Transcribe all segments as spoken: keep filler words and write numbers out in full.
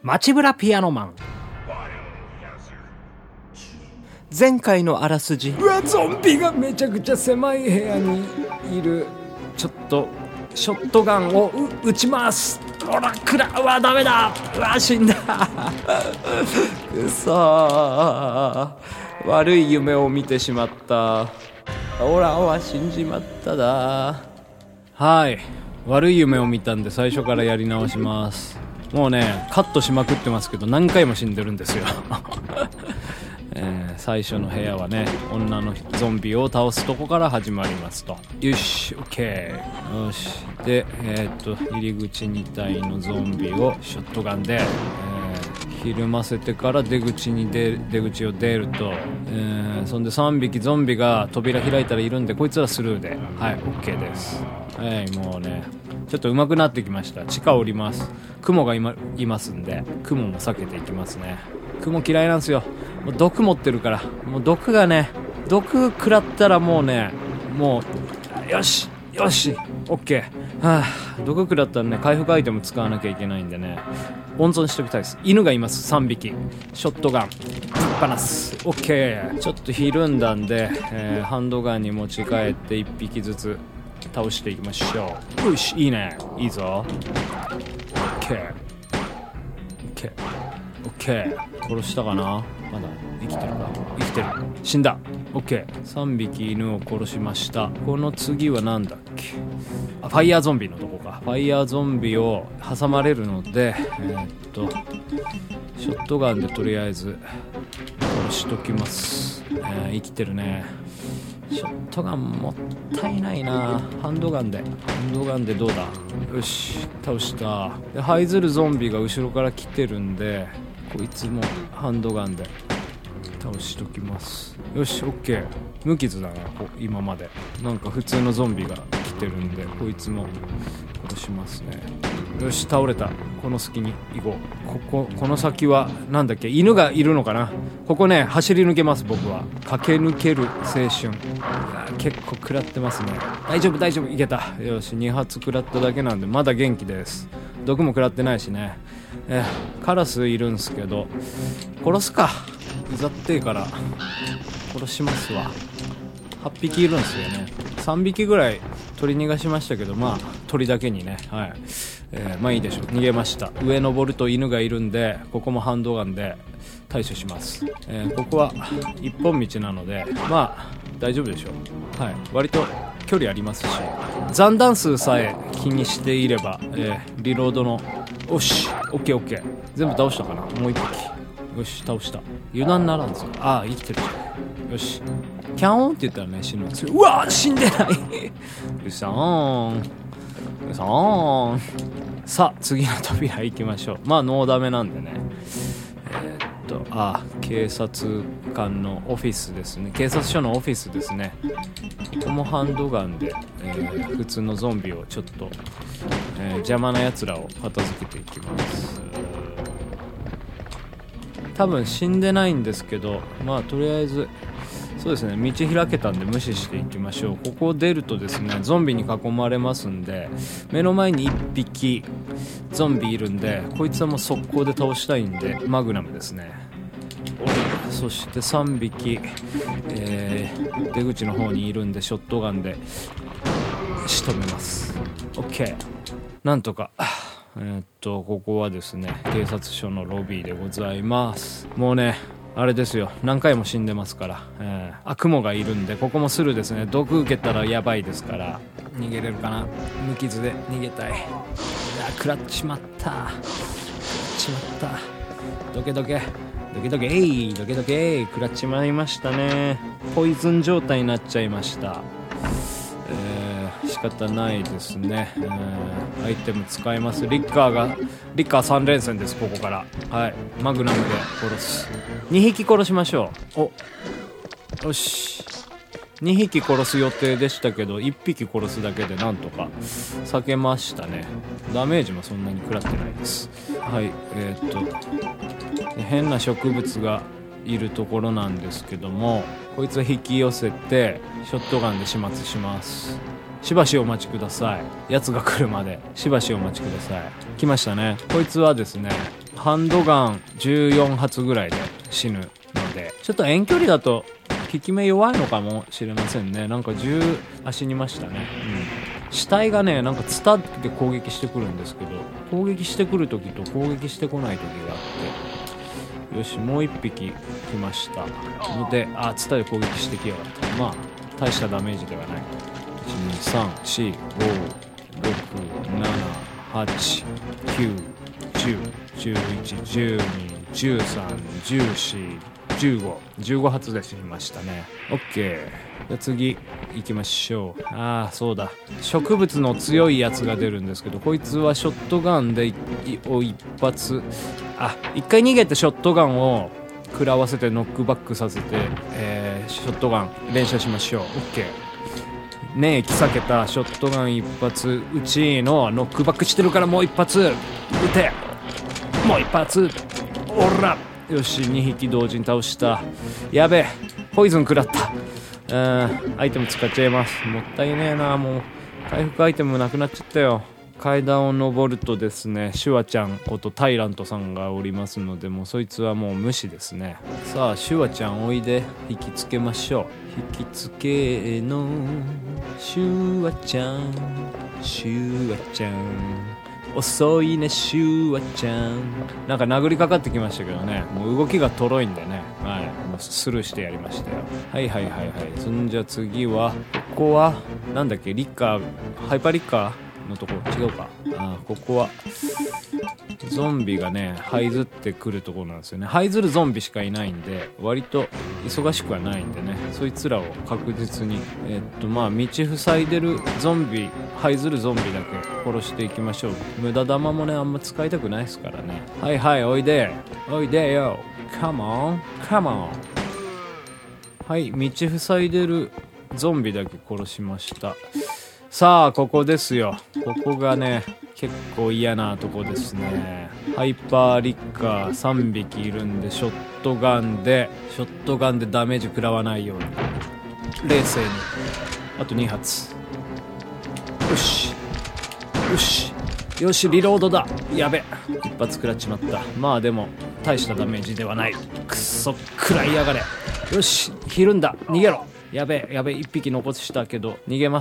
街ブラピアノマン。前回のあらすじ。うわ、ゾンビがめちゃくちゃ狭い部屋にいる。ちょっとショットガンを撃ちます。ほら、くら、うわ、ダメだ。うわ、死んだ。くそー、悪い夢を見てしまった。オラは死んじまっただ。はい、悪い夢を見たんで最初からやり直します。もうね、カットしまくってますけど何回も死んでるんですよ。えー、最初の部屋はね、女のゾンビを倒すとこから始まりますと。よし、オッケー。よし、で、えー、っと入り口に体のゾンビをショットガンで、えー、ひるませてから出口に出る出口を出ると、えー、そんでさんびきゾンビが扉開いたらいるんで、こいつはスルーで、はい、オッケーです。はい、もうね、ちょっと上手くなってきました。地下降ります。雲がいま、いますんで、雲も避けていきますね。雲嫌いなんですよ。もう毒持ってるから。もう毒がね、毒食らったらもうね、もうよしよし、オッケー。はあ、毒食らったらね、回復アイテム使わなきゃいけないんでね、温存しておきたいです。犬がいます。さんびき。ショットガンぶっ放す。オッケー。ちょっとひるんだんで、えー、ハンドガンに持ち帰っていっぴきずつ倒していきましょう。よし、いいね、いいぞ。オッケーオッケーオッケー。殺したかな。まだ生きてるか。生きてる。死んだ。オッケー。さんびき犬を殺しました。この次はなんだっけ。あ、ファイヤーゾンビのとこか。ファイヤーゾンビを挟まれるので、えー、っとショットガンでとりあえず殺しときます。えー、生きてるね。ショットガンもったいないな。ハンドガンでハンドガンでどうだ。よし、倒した。で、這いずるゾンビが後ろから来てるんで、こいつもハンドガンで倒しときます。よし、オッケー。無傷だな、今まで。なんか普通のゾンビが来てるんで、こいつも殺しますね。よし、倒れた。この隙に行こう。ここ、この先はなんだっけ。犬がいるのかな。ここね、走り抜けます。僕は駆け抜ける青春。結構食らってますね。大丈夫大丈夫、いけた。よし、に発食らっただけなんでまだ元気です。毒も食らってないしね。えカラスいるんすけど、殺すか。うざってえから殺しますわ。はっぴきいるんすよね。さんびきぐらい取り逃がしましたけど、まあ鳥だけにね、はい、えー、まあいいでしょう。逃げました。上登ると犬がいるんで、ここもハンドガンで対処します。えー、ここは一本道なので、まあ大丈夫でしょう。はい、割と距離ありますし、残弾数さえ気にしていれば、えー、リロードの、よし、オッケーオッケー。全部倒したかな。もう一匹。よし、倒した。油断ならんぞ。ああ、生きてるじゃん。よし、キャオーンって言ったらね、死ぬんですよ。うわー、死んでないうさーんうさーん。さあ、次の扉行きましょう。まあノーダメなんでね。えー、っとあ警察官のオフィスですね。警察署のオフィスですね。ここもハンドガンで、えー、普通のゾンビをちょっと、えー、邪魔なやつらを片付けていきます。多分死んでないんですけど、まあとりあえずそうですね、道開けたんで無視していきましょう。ここを出るとですね、ゾンビに囲まれますんで、目の前にいっぴきゾンビいるんで、こいつはもう速攻で倒したいんでマグナムですね。そしてさんびき、えー、出口の方にいるんでショットガンで仕留めます。 OK、 なんとか。えー、っとここはですね、警察署のロビーでございます。もうね、あれですよ、何回も死んでますから、えー、あ、雲がいるんでここもスルーですね。毒受けたらやばいですから。逃げれるかな。無傷で逃げたい。いや、食らっちまった食らっちまった。どけどけどけどけえいどけどけ食らっちまいましたね。ポイズン状態になっちゃいました。えー、仕方ないですね。えー、アイテム使います。リッカーがリッカーさん連戦です。ここから、はい、マグナムで殺す。にひき殺しましょう。お、よし、にひき殺す予定でしたけどいっぴき殺すだけでなんとか避けましたね。ダメージもそんなに食らってないです。はい、えー、っと変な植物がいるところなんですけども、こいつは引き寄せてショットガンで始末します。しばしお待ちください。やつが来るまでしばしお待ちください。来ましたね。こいつはですね、 ハンドガンじゅうよん発ぐらいで死ぬので、ちょっと遠距離だと効き目弱いのかもしれませんね。なんかじゅう死にましたね。うん、死体がねなんかツタって攻撃してくるんですけど、攻撃してくる時と攻撃してこない時があって、よしもう一匹来ましたので、あツタで攻撃してきやがった。まあ大したダメージではない。いちにさんよんごろくななはちきゅうじゅうじゅういちじゅうにじゅうさんじゅうよんじゅうごじゅうご発で死にましたね。 OK。 じゃあ次行きましょう。ああそうだ、植物の強いやつが出るんですけど、こいつはショットガンでを一発、あ一回逃げてショットガンを食らわせてノックバックさせて、えー、ショットガン連射しましょう。 OK。 ねえ避けたショットガン一発うちのノックバックしてるから、もう一発撃て、もう一発、おらよしにひき同時に倒した。やべえポイズン食らった。うんアイテム使っちゃいます。もったいねえな。もう回復アイテムなくなっちゃったよ。階段を登るとですね、シュワちゃんことタイラントさんがおりますので、もうそいつはもう無視ですね。さあシュワちゃんおいで、引きつけましょう。引きつけのシュワちゃん、シュワちゃん遅いねシュワちゃん。なんか殴りかかってきましたけどね、もう動きがとろいんでね、はい、もうスルーしてやりましたよ。はいはいはいはい。そんじゃ次はここはなんだっけ、リッカーハイパーリッカーのとこ違うか。あここはゾンビがね這いずってくるところなんですよね。這いずるゾンビしかいないんで割と忙しくはないんでね、そいつらを確実にえー、っとまあ道塞いでるゾンビ、這いずるゾンビだけ殺していきましょう。無駄玉もねあんま使いたくないですからね。はいはいおいでおいでよ、カモンカモン。はい、道塞いでるゾンビだけ殺しました。さあここですよ。ここがね結構嫌なとこですね。ハイパーリッカーさんびきいるんで、ショットガンでショットガンでダメージ食らわないように冷静に。あとに発。よしよしよしリロードだ。やべ一発食らっちまった。まあでも大したダメージではない。くそ食らいやがれ。よしひるんだ、逃げろ。やべやべ一匹残したけど逃げます。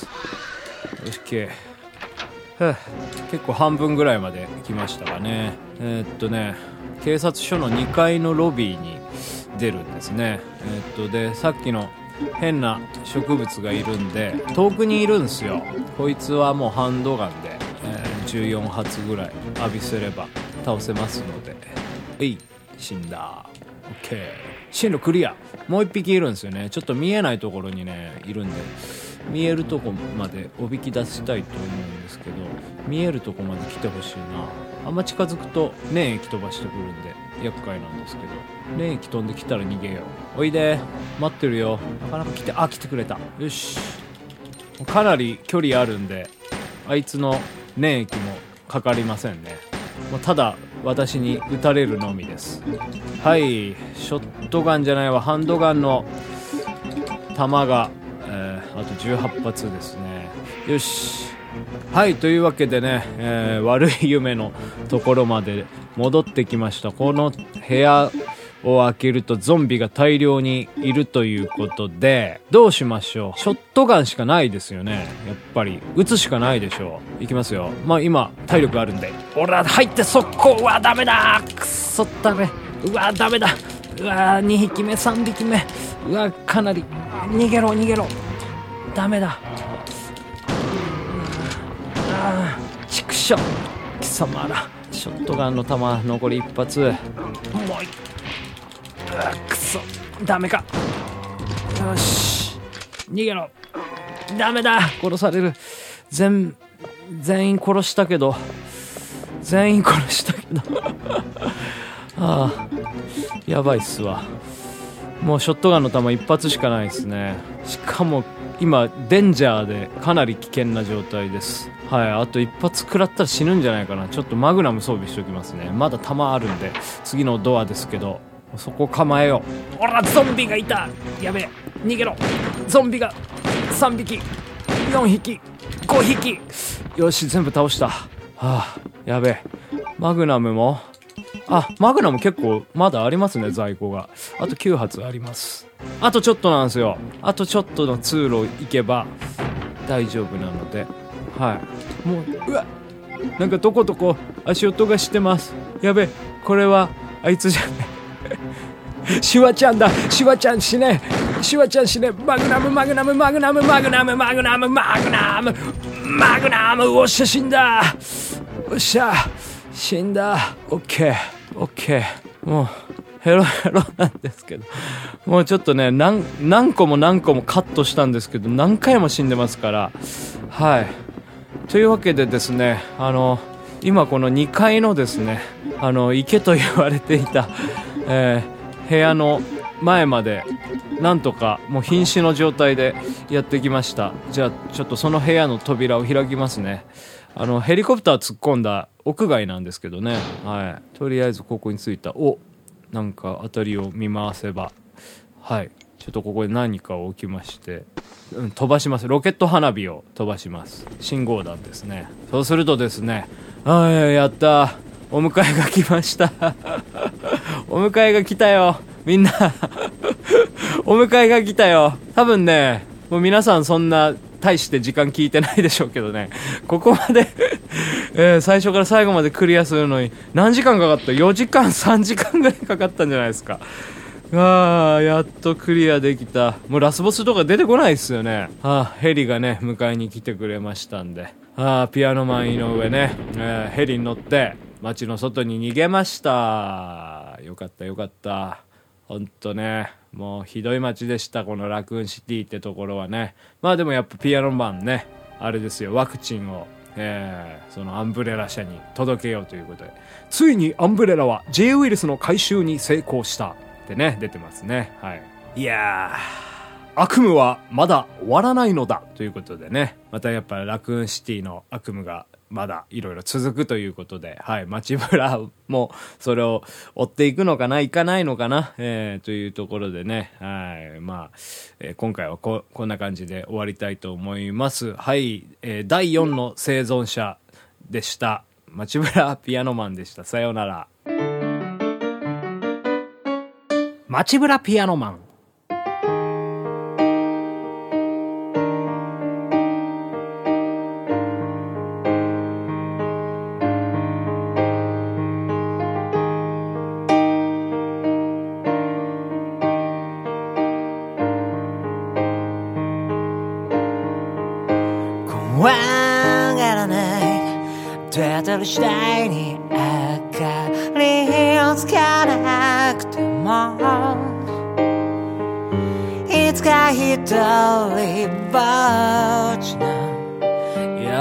よし OK。 結構半分ぐらいまで来ましたかね。えー、っとね警察署のにかいのロビーに出るんですね。えー、っとでさっきの変な植物がいるんで遠くにいるんですよ。こいつはもうハンドガンで、えー、じゅうよん発ぐらい浴びせれば倒せますので。えい死んだ。 OK。 進路クリア。もう一匹いるんですよね。ちょっと見えないところにねいるんで、見えるとこまでおびき出したいと思うんですけど、見えるとこまで来てほしいな。あんま近づくと粘液飛ばしてくるんで厄介なんですけど、粘液飛んできたら逃げよう。おいで待ってるよ。なかなか来て、あ来てくれた。よしかなり距離あるんであいつの粘液もかかりませんね。もうただ私に撃たれるのみです。はい、ショットガンじゃないわ、ハンドガンの弾が、えー、あとじゅうはち発ですね。よしはい、というわけでね、えー、悪い夢のところまで戻ってきました。この部屋を開けるとゾンビが大量にいるということで、どうしましょう。ショットガンしかないですよね。やっぱり撃つしかないでしょう。いきますよ。まあ今体力あるんで、おら入って速攻。うわダメだ、くっそダメ。うわダメだ、うわにひきめさんびきめ、うわかなり逃げろ逃げろ、ダメだ。あー畜生貴様ら。ショットガンの弾残り一発。もう一くそダメか。よし逃げろ。ダメだ殺される。全全員殺したけど全員殺したけどああやばいっすわ。もうショットガンの弾一発しかないですね。しかも今デンジャーでかなり危険な状態です。はい、あと一発食らったら死ぬんじゃないかな。ちょっとマグナム装備しておきますね。まだ弾あるんで。次のドアですけどそこ構えよう。おらゾンビがいた。やべえ逃げろ。ゾンビがさんびきよんひきごひき。よし全部倒した。はあやべえマグナムもあ、マグナム結構まだありますね、在庫が。あときゅう発あります。あとちょっとなんですよ。あとちょっとの通路行けば大丈夫なので、はい。もう、うわ、なんかどこどこ足音がしてます。やべ、これはあいつじゃねえシュワちゃんだ。シュワちゃん死ね、シュワちゃん死ね。マグナムマグナムマグナムマグナムマグナムマグナムマグナム、おっしゃ死んだ、おっしゃ死んだ。オッケーオッケー。もうヘロヘロなんですけど、もうちょっとね、何何個も何個もカットしたんですけど、何回も死んでますから。はい。というわけでですね、あの今このにかいのですね、あの池と言われていた、えー、部屋の前までなんとかもう瀕死の状態でやってきました。じゃあちょっとその部屋の扉を開きますね。あのヘリコプター突っ込んだ屋外なんですけどね、はい、とりあえずここに着いた。お、なんか辺りを見回せば、はい、ちょっとここで何かを置きまして、うん、飛ばします。ロケット花火を飛ばします。信号弾ですね。そうするとですね、あー、やった、お迎えが来ましたお迎えが来たよみんなお迎えが来たよ。多分ね、もう皆さんそんな大して時間聞いてないでしょうけどね、ここまで、えー、最初から最後までクリアするのに何時間かかった？ よ 時間さんじかんぐらいかかったんじゃないですか。あー、やっとクリアできた。もうラスボスとか出てこないですよね。あー、ヘリがね迎えに来てくれましたんで、あー、ピアノマン井上ね、えー、ヘリに乗って街の外に逃げました。よかったよかった、ほんとね、もうひどい街でした、このラクーンシティってところはね。まあでもやっぱピアノマンね、あれですよ、ワクチンを、えー、そのアンブレラ社に届けようということで、ついにアンブレラは J ウイルスの回収に成功したってね、出てますね。はい。いやー、悪夢はまだ終わらないのだということでね、またやっぱラクーンシティの悪夢がまだいろいろ続くということで、はい、街ブラもそれを追っていくのかな、いかないのかな、えー、というところでね、はい、まあ、えー、今回は こ, こんな感じで終わりたいと思います。はい、えー、だいよんの生存者でした。街ブラピアノマンでした。さようなら。街ブラピアノマン。 怖がらない手当たり次第に明かりをつかなくても、いつか一人ぼっちの夜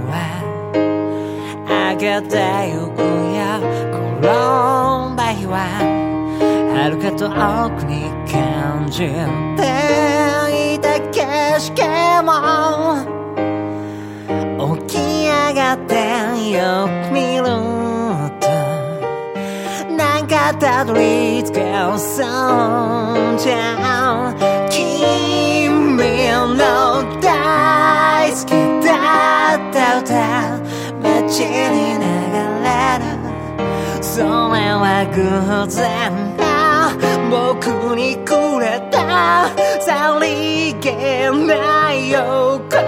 は明けてゆくよ。転んだ日は遥か遠くに感じていた景色も、起き上がってよく見るとなんかたどり着けそうじゃん。君の大好きだった歌街に流れる、それは偶然だ。僕にくれたさりげない予感、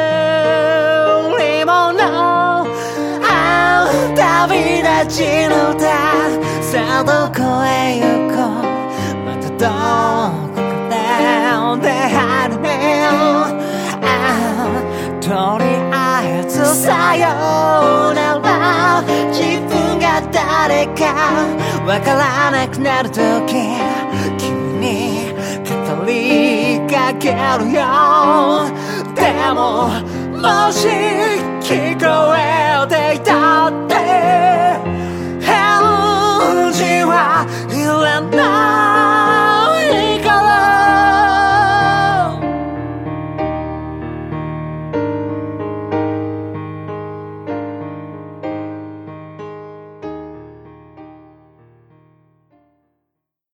旅立ちの歌、さあどこへ行こう、またどこかで出会うね。ああ、とりあえずさようなら。自分が誰かわからなくなるとき、君に語りかけるよ。でももし聞こえていたって返事はいらない。